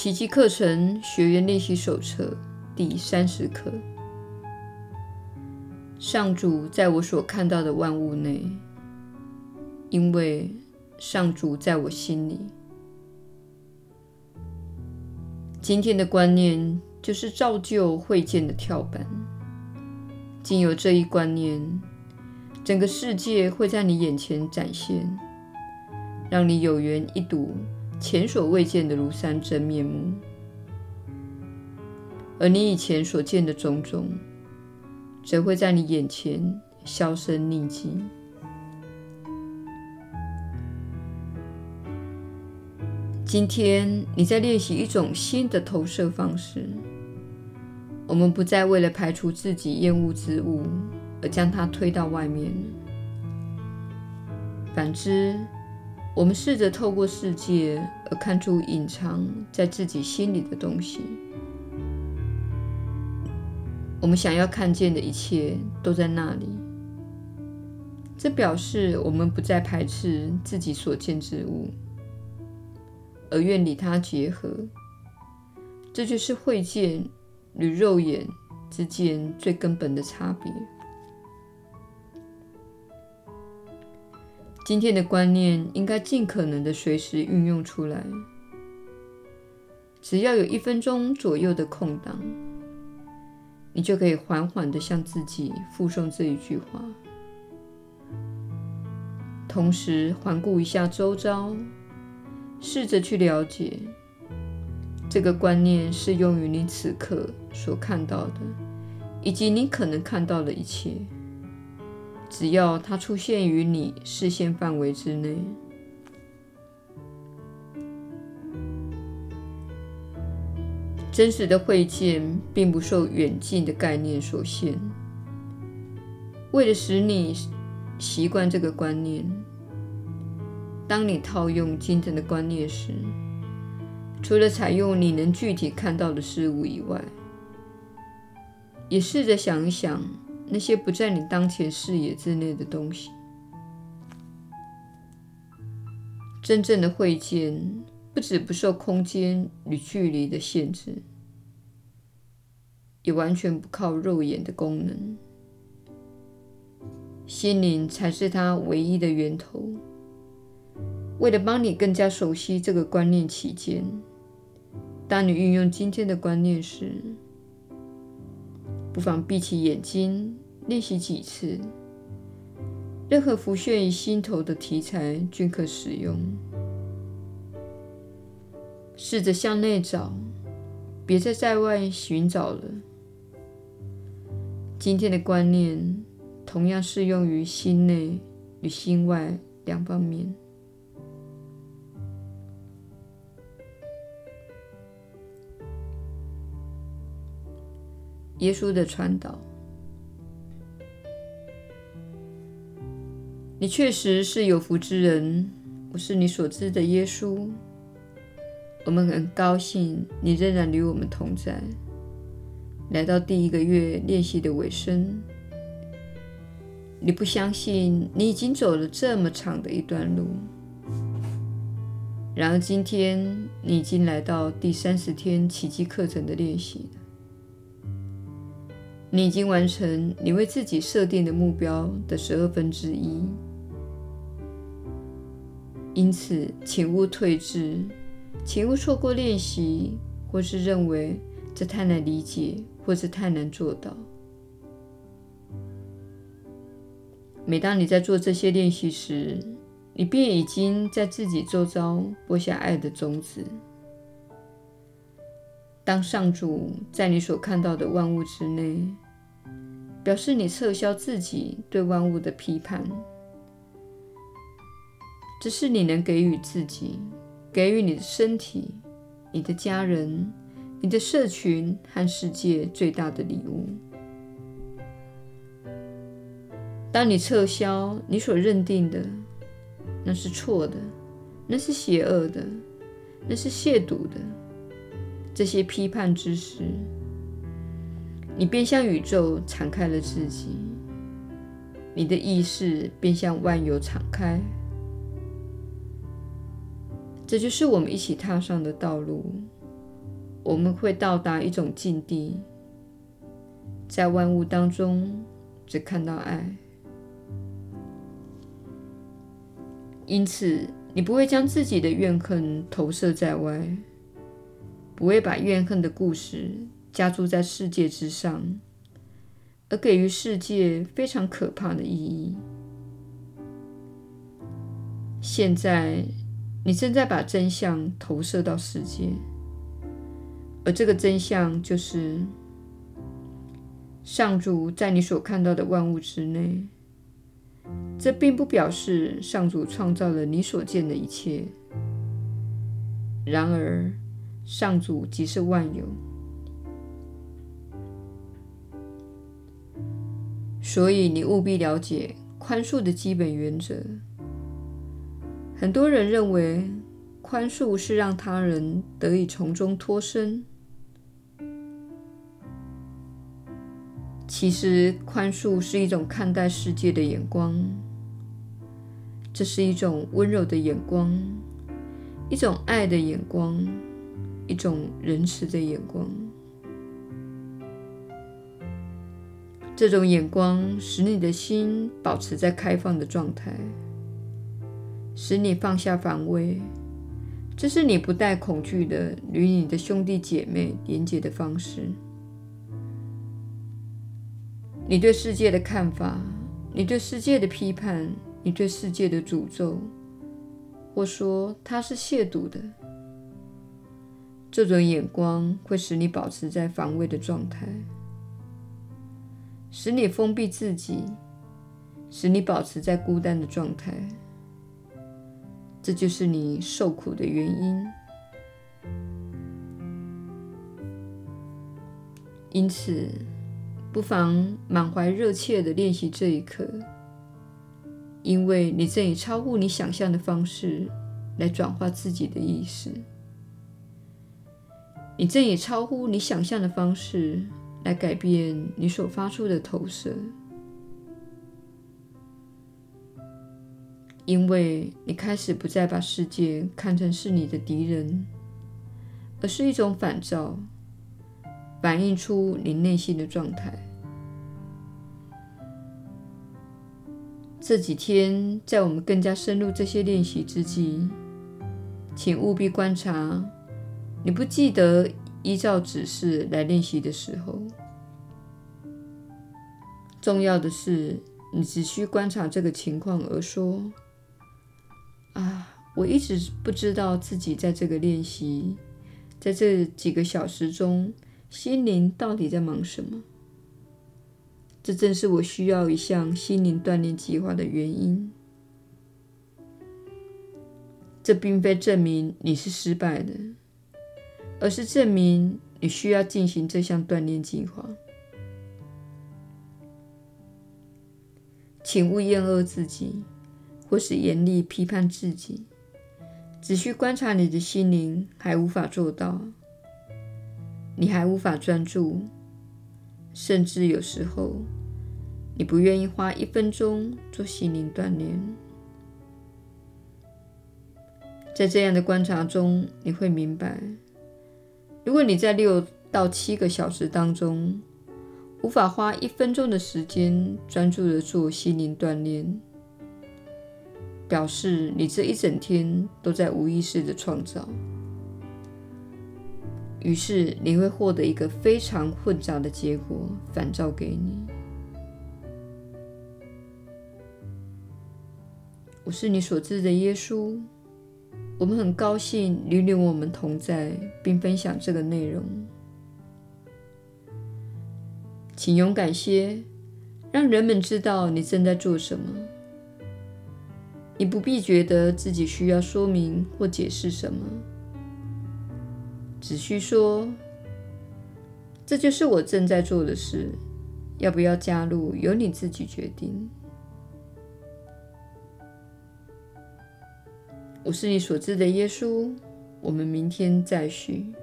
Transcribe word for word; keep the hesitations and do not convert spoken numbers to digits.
奇迹课程学员练习手册第三十课。上主在我所看到的万物内，因为上主在我心里。今天的观念就是造就慧见的跳板。经由这一观念，整个世界会在你眼前展现，让你有缘一睹前所未见的庐山真面目。而你以前所见的种种，则会在你眼前销声匿迹。今天你在练习一种新的投射方式，我们不再为了排除自己厌恶之物而将它推到外面，反之，我们试着透过世界而看出隐藏在自己心里的东西。我们想要看见的一切都在那里，这表示我们不再排斥自己所见之物，而愿与它结合。这就是慧见与肉眼之间最根本的差别。今天的观念应该尽可能的随时运用出来。只要有一分钟左右的空档，你就可以缓缓地向自己复诵这一句话，同时环顾一下周遭，试着去了解这个观念适用于你此刻所看到的，以及你可能看到的一切，只要它出现于你视线范围之内。真实的慧见并不受远近的概念所限。为了使你习惯这个观念，当你套用今天的观念时，除了采用你能具体看到的事物以外，也试着想一想那些不在你当前视野之内的东西。真正的慧见不只不受空间与距离的限制，也完全不靠肉眼的功能。心灵才是它唯一的源头。为了帮你更加熟悉这个观念起见，当你运用今天的观念时，不妨闭起眼睛练习几次。任何浮现于心头的题材均可使用。试着向内找，别再在外寻找了。今天的观念同样适用于心内与心外两方面。耶稣的传导。你确实是有福之人，我是你所知的耶稣。我们很高兴你仍然与我们同在。来到第一个月练习的尾声，你不相信你已经走了这么长的一段路。然而今天你已经来到第三十天奇迹课程的练习了。你已经完成你为自己设定的目标的十二分之一。因此，请勿退志，请勿错过练习，或是认为这太难理解，或是太难做到。每当你在做这些练习时，你便已经在自己周遭播下爱的种子。当上主在你所看到的万物之内，表示你撤销自己对万物的批判。这是你能给予自己、给予你的身体、你的家人、你的社群和世界最大的礼物。当你撤销你所认定的那是错的，那是邪恶的，那是亵渎的这些批判之时，你便向宇宙敞开了自己，你的意识便向万有敞开。这就是我们一起踏上的道路。 我们会到达一种境地，在万物当中只看到爱。因此，你不会将自己的怨恨投射在外，不会把怨恨的故事加诸在世界之上，而给予世界非常可怕的意义。现在，你正在把真相投射到世界，而这个真相就是：上主在你所看到的万物之内。这并不表示上主创造了你所见的一切，然而上主即是万有。所以你务必了解宽恕的基本原则。很多人认为宽恕是让他人得以从中脱身，其实宽恕是一种看待世界的眼光，这是一种温柔的眼光，一种爱的眼光，一种仁慈的眼光。这种眼光使你的心保持在开放的状态，使你放下防卫。这是你不带恐惧的与你的兄弟姐妹连结的方式。你对世界的看法，你对世界的批判，你对世界的诅咒，或说它是亵渎的，这种眼光会使你保持在防卫的状态，使你封闭自己，使你保持在孤单的状态。这就是你受苦的原因。因此，不妨满怀热切地练习这一刻，因为你正以超乎你想象的方式来转化自己的意识。你正以超乎你想象的方式来改变你所发出的投射，因为你开始不再把世界看成是你的敌人，而是一种反照，反映出你内心的状态。这几天，在我们更加深入这些练习之际，请务必观察你不记得依照指示来练习的时候。重要的是，你只需观察这个情况而说：啊，我一直不知道自己在这个练习，在这几个小时中，心灵到底在忙什么？这正是我需要一项心灵锻炼计划的原因。这并非证明你是失败的，而是证明你需要进行这项锻炼计划。请勿厌恶自己，或是严厉批判自己，只需观察你的心灵还无法做到，你还无法专注，甚至有时候你不愿意花一分钟做心灵锻炼。在这样的观察中，你会明白，如果你在六到七个小时当中无法花一分钟的时间专注地做心灵锻炼，表示你这一整天都在无意识地创造。于是你会获得一个非常混杂的结果反照给你。我是你所知的耶稣，我们很高兴你与我们同在，并分享这个内容。请勇敢些，让人们知道你正在做什么。你不必觉得自己需要说明或解释什么，只需说：这就是我正在做的事，要不要加入，由你自己决定。我是你所知的耶稣，我们明天再续。